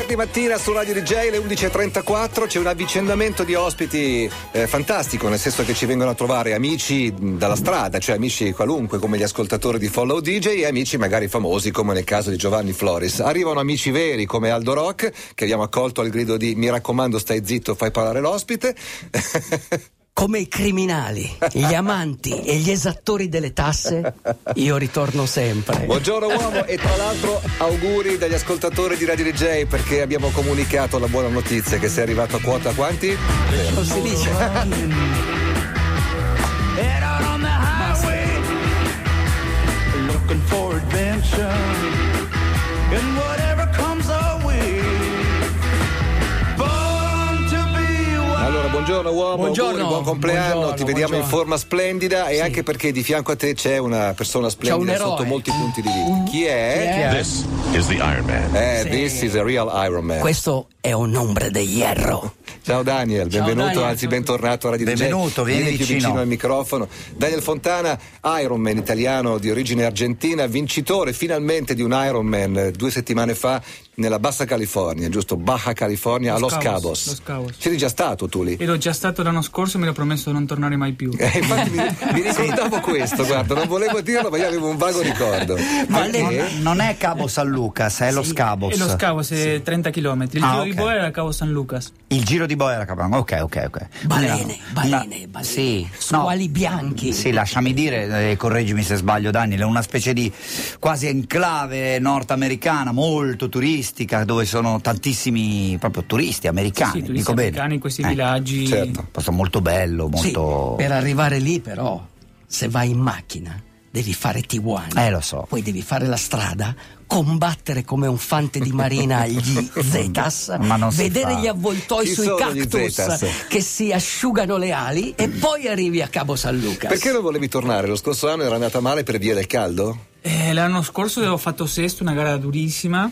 Venerdì mattina su Radio DJ alle 11.34 c'è un avvicendamento di ospiti fantastico, nel senso che ci vengono a trovare amici dalla strada, cioè amici qualunque come gli ascoltatori di Follow DJ e amici magari famosi come nel caso di Giovanni Floris. Arrivano amici veri come Aldo Rock, che abbiamo accolto al grido di "mi raccomando stai zitto, fai parlare l'ospite". Come i criminali, gli amanti e gli esattori delle tasse, io ritorno sempre. Buongiorno uomo, e tra l'altro auguri dagli ascoltatori di Radio DJ, perché abbiamo comunicato la buona notizia che sei arrivato a quota quanti? Non si dice. Looking for adventure and whatever comes our way. Allora, buongiorno uomo, buongiorno, auguri, buon compleanno, buongiorno, ti vediamo buongiorno. in forma splendida, e anche perché di fianco a te c'è una persona splendida sotto molti punti di vista. Chi è? This is the Iron Man. Sì. This is a real Iron Man. Questo è un hombre de hierro. Ciao Daniel, Ciao benvenuto, Daniel. anzi bentornato a Radio DJ. Benvenuto, vieni più vicino al microfono. Daniel Fontana, Ironman italiano di origine argentina, vincitore finalmente di un Ironman 2 settimane fa nella Bassa California, giusto? Baja California, a Los Cabos. Los Cabos. C'eri già stato tu lì? Ero già stato l'anno scorso e mi ero promesso di non tornare mai più. Infatti mi ricordavo questo, guarda, non volevo dirlo, ma io avevo un vago ricordo. Ma Perché? non è Cabo San Lucas, è Los Cabos. E Los Cabos è 30 km. Il giro di boa era Cabo San Lucas. Il giro di boa era Cabo. Ok. Balene. Sì. Squali bianchi. Sì, lasciami dire, correggimi se sbaglio Daniel, è una specie di quasi enclave nordamericana molto turistica, dove sono tantissimi proprio turisti americani. Sì, turisti dico bene. americani in questi villaggi. Certo. Posto molto bello, molto. Sì, per arrivare lì però, se vai in macchina, devi fare Tijuana. Lo so. Poi devi fare la strada, combattere come un fante di marina gli Zetas, Ma non si vedere fa. gli avvoltoi Chi sui sono gli cactus Zetas? che si asciugano le ali e poi arrivi a Cabo San Lucas. Perché non volevi tornare? Lo scorso anno era andata male per via del caldo? L'anno scorso avevo fatto sesto, una gara durissima.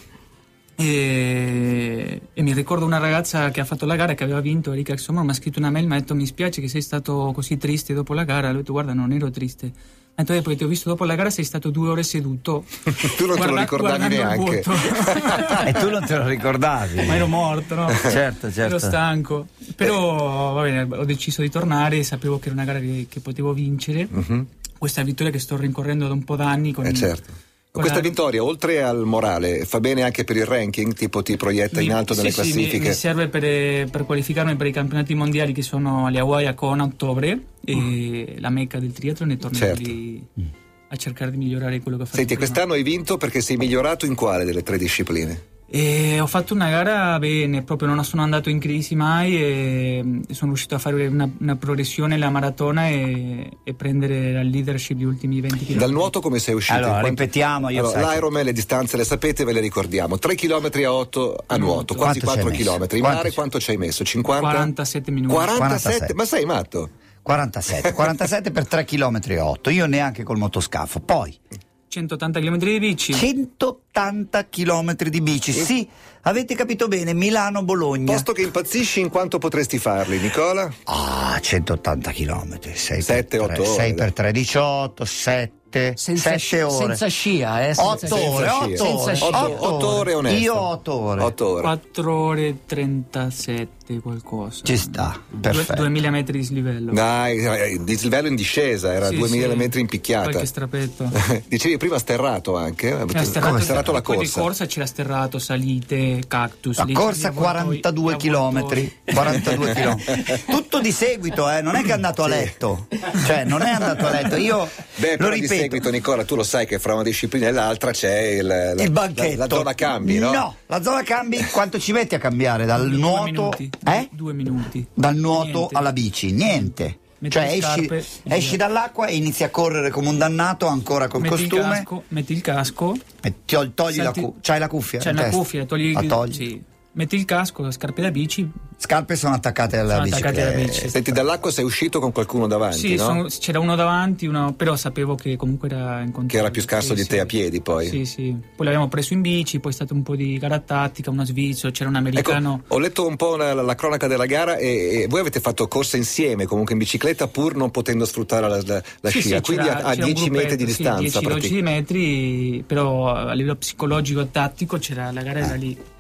E mi ricordo una ragazza che ha fatto la gara, che aveva vinto, Erika Exomor, mi ha scritto una mail, mi ha detto: mi spiace che sei stato così triste dopo la gara. Ho detto: guarda, non ero triste. Ha detto: poi ti ho visto dopo la gara, sei stato 2 ore seduto. Tu non te lo ricordavi neanche. E tu non te lo ricordavi? Ma ero morto, no? Certo. Ero stanco. Però va bene, ho deciso di tornare, sapevo che era una gara che potevo vincere. Questa vittoria che sto rincorrendo da un po' d'anni con Certo. Questa vittoria, oltre al morale, fa bene anche per il ranking? Tipo ti proietta in alto nelle classifiche? Mi serve per qualificarmi per i campionati mondiali che sono alle Hawaii a Kona a ottobre, e la mecca del triathlon, e tornerò lì a cercare di migliorare quello che ho fatto. Senti, prima. quest'anno hai vinto perché sei migliorato in quale delle 3 discipline? Ho fatto una gara bene, proprio non sono andato in crisi mai, e sono riuscito a fare una progressione alla maratona e prendere la leadership gli ultimi 20 km. Dal nuoto come sei uscito? Allora, ripetiamo, l'Ironman, le distanze le sapete, ve le ricordiamo: 3 km a 8 a nuoto, quasi 4 km. In mare quanto ci hai messo? 50? 47 minuti. 47? Ma sei matto? 47 per 3 km e 8. Io neanche col motoscafo. Poi 180 km di bici. 180 km di bici. Sì, avete capito bene, Milano-Bologna. Posto che impazzisci, in quanto potresti farli, Nicola? 180 km. 7-8 ore. 6 per 3, 18, 7. 7 ore. Senza scia, 8 ore. 8 ore onesto. Io 8 ore. 8 ore. 4 ore e 37 qualcosa. Ci sta, perfetto. 2000 metri di dislivello. Dai, dislivello in discesa, era 2000 metri in picchiata. Qualche strapetto. Dicevi prima sterrato anche? C'era sterrato la poi corsa. di corsa c'era sterrato, salite, cactus. La corsa 42 km. 42 km. Tutto di seguito, non è che è andato a letto. Cioè, non è andato a letto. Io lo ripeto. Di seguito, Nicola, tu lo sai che fra una disciplina e l'altra c'è il banchetto. la zona cambi, no? No, la zona cambi quanto ci metti a cambiare? Dal nuoto? 2 minuti. Dal nuoto Niente. alla bici? Niente. Metti Cioè le scarpe, esci dall'acqua e inizi a correre come un dannato ancora col costume. Metti il casco. E togli la cuffia. C'hai la cuffia? C'hai in la testa? cuffia, togli. Sì. Metti il casco, le scarpe da bici. Scarpe sono attaccate alla bicicletta. bici. Senti, dall'acqua sei uscito con qualcuno davanti, Sì, no? c'era uno davanti, però sapevo che comunque era in controllo. Che era più scarso di te a piedi, poi. Sì. Poi l'abbiamo preso in bici, poi è stato un po' di gara tattica, uno svizzero, c'era un americano. Ecco, ho letto un po' la cronaca della gara e voi avete fatto corsa insieme, comunque in bicicletta, pur non potendo sfruttare la scia, quindi a 10 metri di distanza. 10-12 metri, però a livello psicologico e tattico la gara era lì.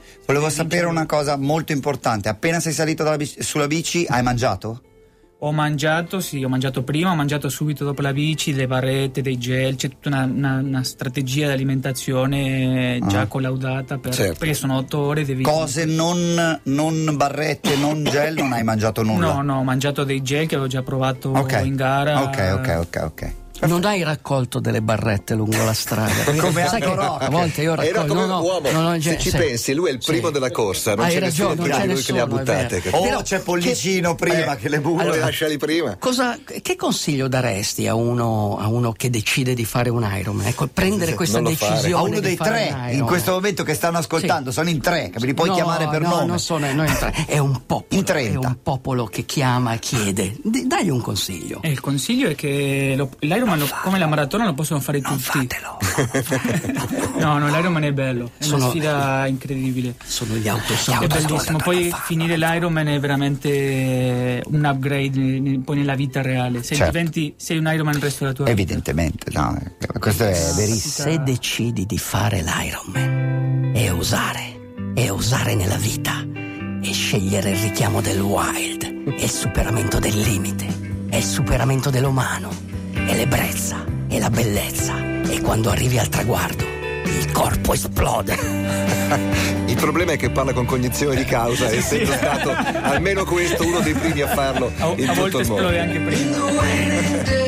Volevo sapere una cosa molto importante. Appena sei salito sulla bici, hai mangiato? Ho mangiato prima, ho mangiato subito dopo la bici, le barrette, dei gel, c'è tutta una strategia di alimentazione già collaudata perché sono 8 ore. Cose non barrette, non gel, non hai mangiato nulla? No, ho mangiato dei gel che avevo già provato in gara. Ok. Non hai raccolto delle barrette lungo la strada? Come sai che a volte io raccolgo uomo, se ci pensi, lui è il primo della corsa, non c'è nessuno prima di lui che le ha buttate. Però c'è Pollicino prima che le butta. Allora lasciali prima. Che consiglio daresti a uno che decide di fare un Ironman? Ecco, prendere questa decisione. A uno dei 3 in questo momento che stanno ascoltando, sono in 3, che me li puoi chiamare per nome. Non sono in 3, è un popolo. In 30. È un popolo che chiama e chiede. Dagli un consiglio. Il consiglio è che l'Ironman, come la maratona, lo possono fare tutti. Fatelo. No, l'Ironman è bello, è una sfida incredibile. Sono gli auto. È bellissimo. Poi finire l'Ironman è veramente un upgrade poi nella vita reale. Se sei un Ironman il resto della tua vita. Evidentemente, no, questo è verissimo. Se decidi di fare l'Ironman è osare nella vita, è scegliere il richiamo del wild, è il superamento del limite, è il superamento dell'umano, è l'ebbrezza, è la bellezza, e quando arrivi al traguardo il corpo esplode. Il problema è che parla con cognizione di causa, essendo stato almeno questo uno dei primi a farlo in a tutto volte il mondo. esplode anche prima.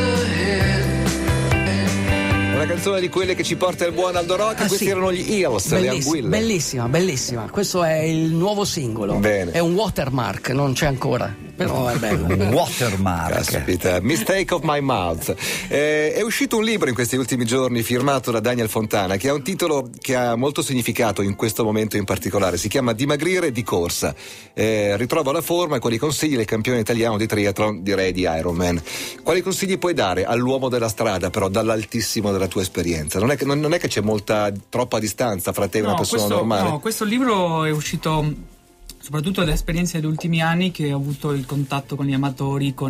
Una canzone di quelle che ci porta il buon Aldo Rock. Questi erano gli Eels, le anguille. Bellissima. Questo è il nuovo singolo. Bene. È un watermark, non c'è ancora, però è bello. Watermark. Caspita, Mistake of My Mouth. È uscito un libro in questi ultimi giorni firmato da Daniel Fontana, che ha un titolo che ha molto significato in questo momento in particolare. Si chiama Dimagrire di corsa. Ritrova la forma con i consigli del campione italiano di triathlon, direi di Ironman. Quali consigli puoi dare all'uomo della strada, però dall'altissimo della tua esperienza? Non è che c'è troppa distanza fra te e una persona normale? No, questo libro è uscito soprattutto dall'esperienza degli ultimi anni, che ho avuto il contatto con gli amatori, con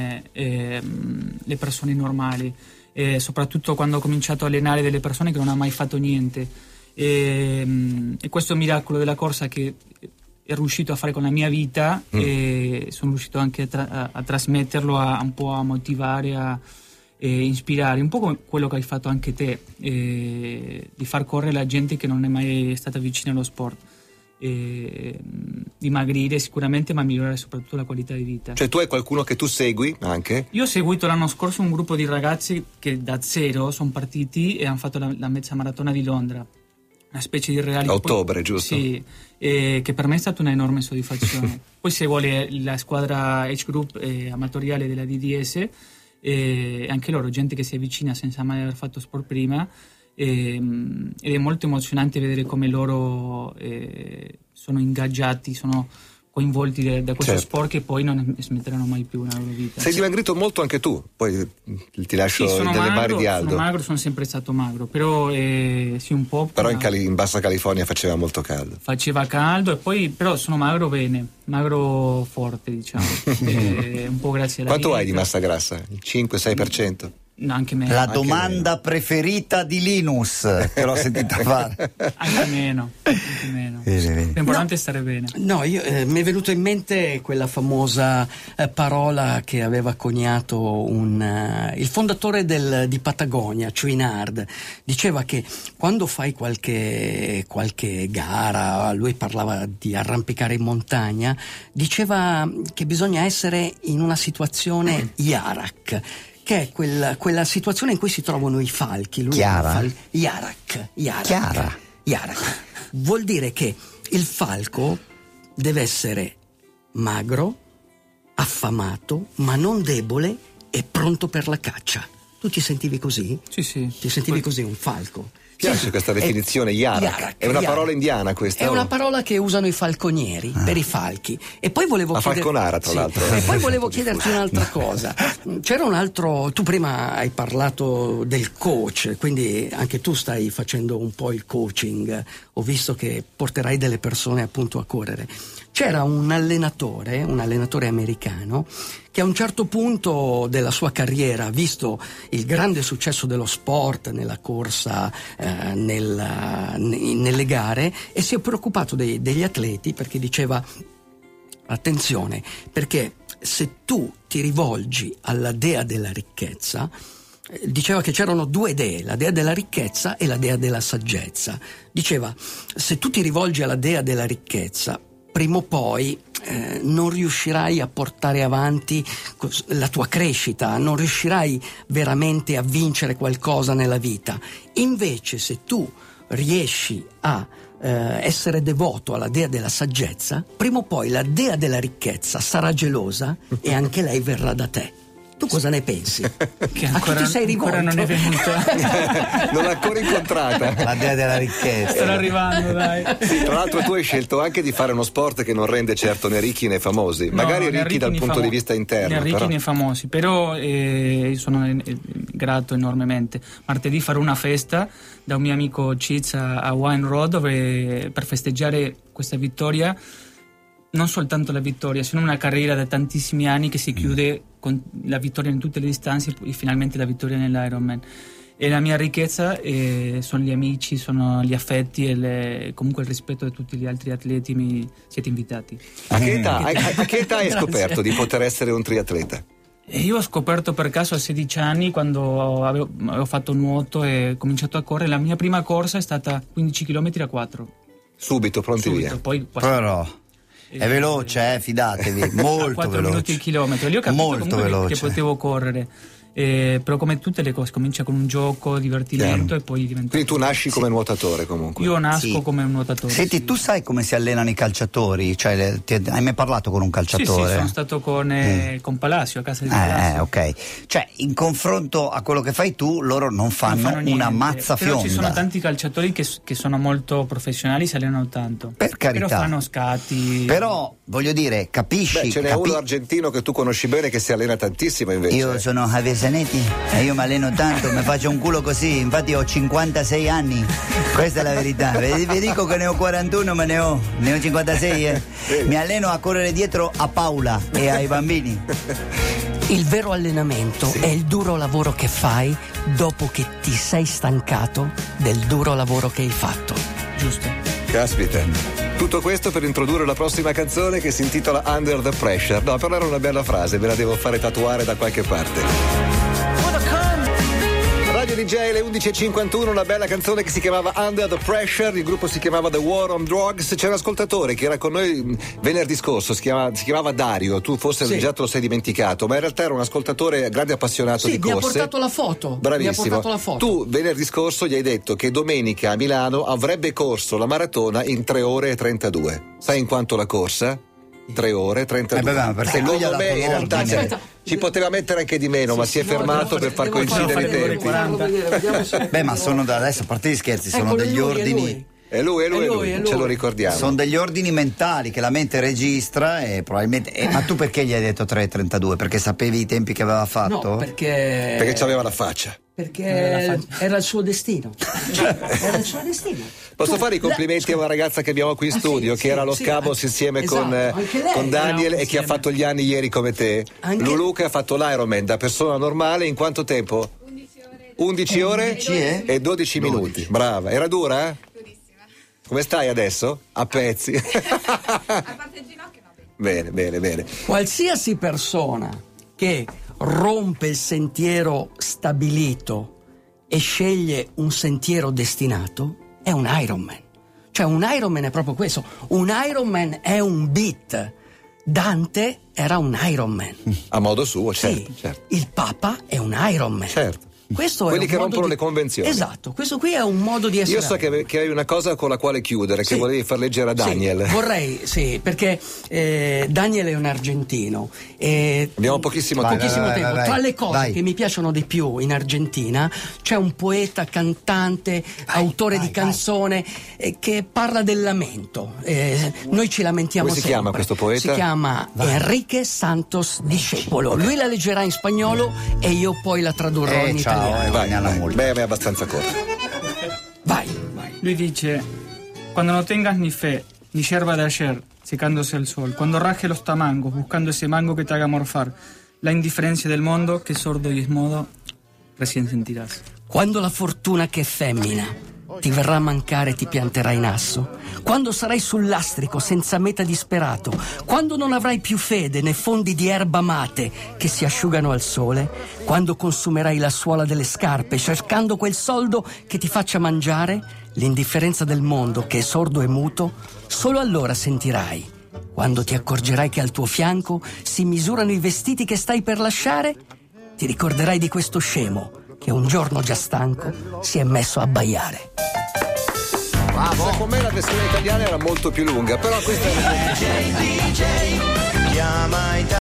le persone normali, soprattutto quando ho cominciato a allenare delle persone che non hanno mai fatto niente, e questo miracolo della corsa che è riuscito a fare con la mia vita, e sono riuscito anche a trasmetterlo, un po' a motivare, e ispirare, un po' come quello che hai fatto anche te, di far correre la gente che non è mai stata vicina allo sport, dimagrire sicuramente, ma migliorare soprattutto la qualità di vita. Cioè tu hai qualcuno che tu segui anche? Io ho seguito l'anno scorso un gruppo di ragazzi che da zero sono partiti e hanno fatto la mezza maratona di Londra, una specie di reality. A ottobre, giusto? Sì, che per me è stata un'enorme soddisfazione. Poi seguo la squadra Age Group amatoriale della DDS, e anche loro, gente che si avvicina senza mai aver fatto sport prima, ed è molto emozionante vedere come loro sono ingaggiati, sono coinvolti da questo sport, che poi non smetteranno mai più nella loro vita. Sei dimagrito molto anche tu, poi ti lascio nelle mani di Aldo. Sono sempre stato magro, però sì, un po'. Però in Bassa California faceva molto caldo. Faceva caldo, e poi però sono magro bene, magro forte, diciamo. Un po' grazie alla Quanto dieta. hai di massa grassa? Il 5-6%? No, anche meno. La domanda preferita di Linus, che l'ho sentita fare. Anche meno. L'importante è stare bene. No, mi è venuto in mente quella famosa parola che aveva coniato il fondatore di Patagonia, Chouinard. Diceva che quando fai qualche gara, lui parlava di arrampicare in montagna, diceva che bisogna essere in una situazione Yarak, che è quella situazione in cui si trovano i falchi. Yarak. Vuol dire che il falco deve essere magro, affamato, ma non debole e pronto per la caccia. Tu ti sentivi così? Sì. Ti sentivi così, un falco? Piace questa definizione, Yarak. È una parola indiana questa? È una parola che usano i falconieri per i falchi. E poi volevo Falconara, tra l'altro. E poi volevo chiederti un'altra cosa. C'era un altro. Tu prima hai parlato del coach, quindi anche tu stai facendo un po' il coaching. Ho visto che porterai delle persone appunto a correre. C'era un allenatore americano, che a un certo punto della sua carriera, visto il grande successo dello sport nella corsa nelle gare, e si è preoccupato degli atleti, perché diceva: attenzione, perché se tu ti rivolgi alla dea della ricchezza, diceva che c'erano due dee, la dea della ricchezza e la dea della saggezza. Diceva: se tu ti rivolgi alla dea della ricchezza, prima o poi non riuscirai a portare avanti la tua crescita, non riuscirai veramente a vincere qualcosa nella vita. Invece, se tu riesci a essere devoto alla dea della saggezza, prima o poi la dea della ricchezza sarà gelosa e anche lei verrà da te. Tu cosa ne pensi? Che A chi ti sei rivolto? ancora non è venuta. Non l'ha ancora incontrata. La dea della ricchezza. Stanno arrivando, dai. Sì, tra l'altro tu hai scelto anche di fare uno sport che non rende certo né ricchi né famosi, magari né ricchi dal né punto di vista interno. Né ricchi Però. né famosi, però sono grato enormemente. Martedì farò una festa da un mio amico Ciz a Wine Road, dove per festeggiare questa vittoria, non soltanto la vittoria, sino una carriera da tantissimi anni che si chiude con la vittoria in tutte le distanze e finalmente la vittoria nell'Ironman. E la mia ricchezza sono gli amici, sono gli affetti e comunque il rispetto di tutti gli altri atleti. Siete invitati. A che età hai scoperto di poter essere un triatleta? E io ho scoperto per caso a 16 anni, quando avevo fatto nuoto e ho cominciato a correre. La mia prima corsa è stata 15 km a 4. Subito, pronti via. Poi Però è veloce, fidatevi, molto 4 veloce. minuti il chilometro. Lì ho capito Molto comunque veloce. che potevo correre. Però come tutte le cose comincia con un gioco, divertimento. Chiaro. E poi diventa. Quindi tu nasci come nuotatore comunque. Io nasco Sì. come un nuotatore. Senti, sì. tu sai come si allenano i calciatori? Cioè, hai mai parlato con un calciatore? Sì, sono stato con Palacio, a casa di Palacio. Ok. Cioè, in confronto a quello che fai tu, loro non fanno, Non fanno una niente. mazza Però fionda. ci sono tanti calciatori che sono molto professionali, si allenano tanto. Per carità. Però fanno scatti. Però, voglio dire, capisci? Beh, ce n'è uno argentino che tu conosci bene che si allena tantissimo invece. Io sono Javier Zanetti e io mi alleno tanto, mi faccio un culo così, infatti ho 56 anni, questa è la verità. Vi dico che ne ho 41 ma ne ho 56. Mi alleno a correre dietro a Paola e ai bambini. Il vero allenamento è il duro lavoro che fai dopo che ti sei stancato del duro lavoro che hai fatto. Giusto. Caspita. Tutto questo per introdurre la prossima canzone che si intitola Under the Pressure. No, però era una bella frase, me la devo fare tatuare da qualche parte. Radio DJ, le 11.51, una bella canzone che si chiamava Under the Pressure, il gruppo si chiamava The War on Drugs. C'è un ascoltatore che era con noi venerdì scorso, si chiamava Dario, tu forse Sì. già te lo sei dimenticato, ma in realtà era un ascoltatore grande appassionato di Sì, mi ha corse. portato la foto. Bravissimo. Mi ha portato la foto. Tu venerdì scorso gli hai detto che domenica a Milano avrebbe corso la maratona in 3 ore e 32. Sai in quanto la corsa? 3 ore e 32. beh, ma perché lui gli ha Secondo dato me in realtà l'ordine. Aspetta. ci poteva mettere anche di meno, ma si è fermato per far coincidere i tempi. Beh, ma sono da adesso, a parte gli scherzi, sono Eccolo, degli è lui, ordini. È lui, È lui. ce lo ricordiamo. Sono degli ordini mentali che la mente registra e probabilmente. Ma tu perché gli hai detto 3:32? Perché sapevi i tempi che aveva fatto? No, perché c'aveva la faccia. Perché era il suo destino. Era il suo destino. Posso fare i complimenti a una ragazza che abbiamo qui in studio, che era allo Scabos insieme esatto, con anche lei. Daniel Eravamo e che ha insieme. fatto gli anni ieri come te. Anche- Lulu che ha fatto l'Ironman da persona normale in quanto tempo? 11 ore e 12 minuti. Brava. Era dura? Durissima. Come stai adesso? A pezzi. A parte il ginocchio, no. Bene. Qualsiasi persona che rompe il sentiero stabilito e sceglie un sentiero destinato è un Ironman. Cioè un Ironman è proprio questo. Un Ironman è un beat. Dante era un Ironman. A modo suo, certo. Sì, certo. il Papa è un Ironman. Certo. Questo Quelli è un che modo rompono di- le convenzioni. Esatto, questo qui è un modo di essere. Io so che hai una cosa con la quale chiudere, che Sì. volevi far leggere a Daniel. Sì, vorrei, sì, perché Daniel è un argentino. E Abbiamo pochissimo Vai, tempo. pochissimo vai, tempo. vai, Tra vai. le cose Vai. che mi piacciono di più in Argentina c'è un poeta, cantante, autore di canzone che parla del lamento. Noi ci lamentiamo Come si sempre. chiama questo poeta? Si chiama Enrique Santos Discepolo. Lui la leggerà in spagnolo e io poi la tradurrò in Ciao, italiano. guadagna molto. Beh, a me è abbastanza corto. Vai. Lui dice: cuando no tengas ni fe, ni yerba de ayer, secándose al sol, cuando raje los tamangos, buscando ese mango que te haga morfar, la indiferencia del mondo, che sordo y esmodo, recién sentirás. Quando la fortuna che è femmina ti verrà a mancare e ti pianterà in asso, quando sarai sul lastrico senza meta disperato, quando non avrai più fede né fondi di erba mate che si asciugano al sole, quando consumerai la suola delle scarpe cercando quel soldo che ti faccia mangiare l'indifferenza del mondo che è sordo e muto, solo allora sentirai, quando ti accorgerai che al tuo fianco si misurano i vestiti che stai per lasciare, ti ricorderai di questo scemo che un giorno già stanco si è messo a abbaiare. Secondo me la versione italiana era molto più lunga, però questa è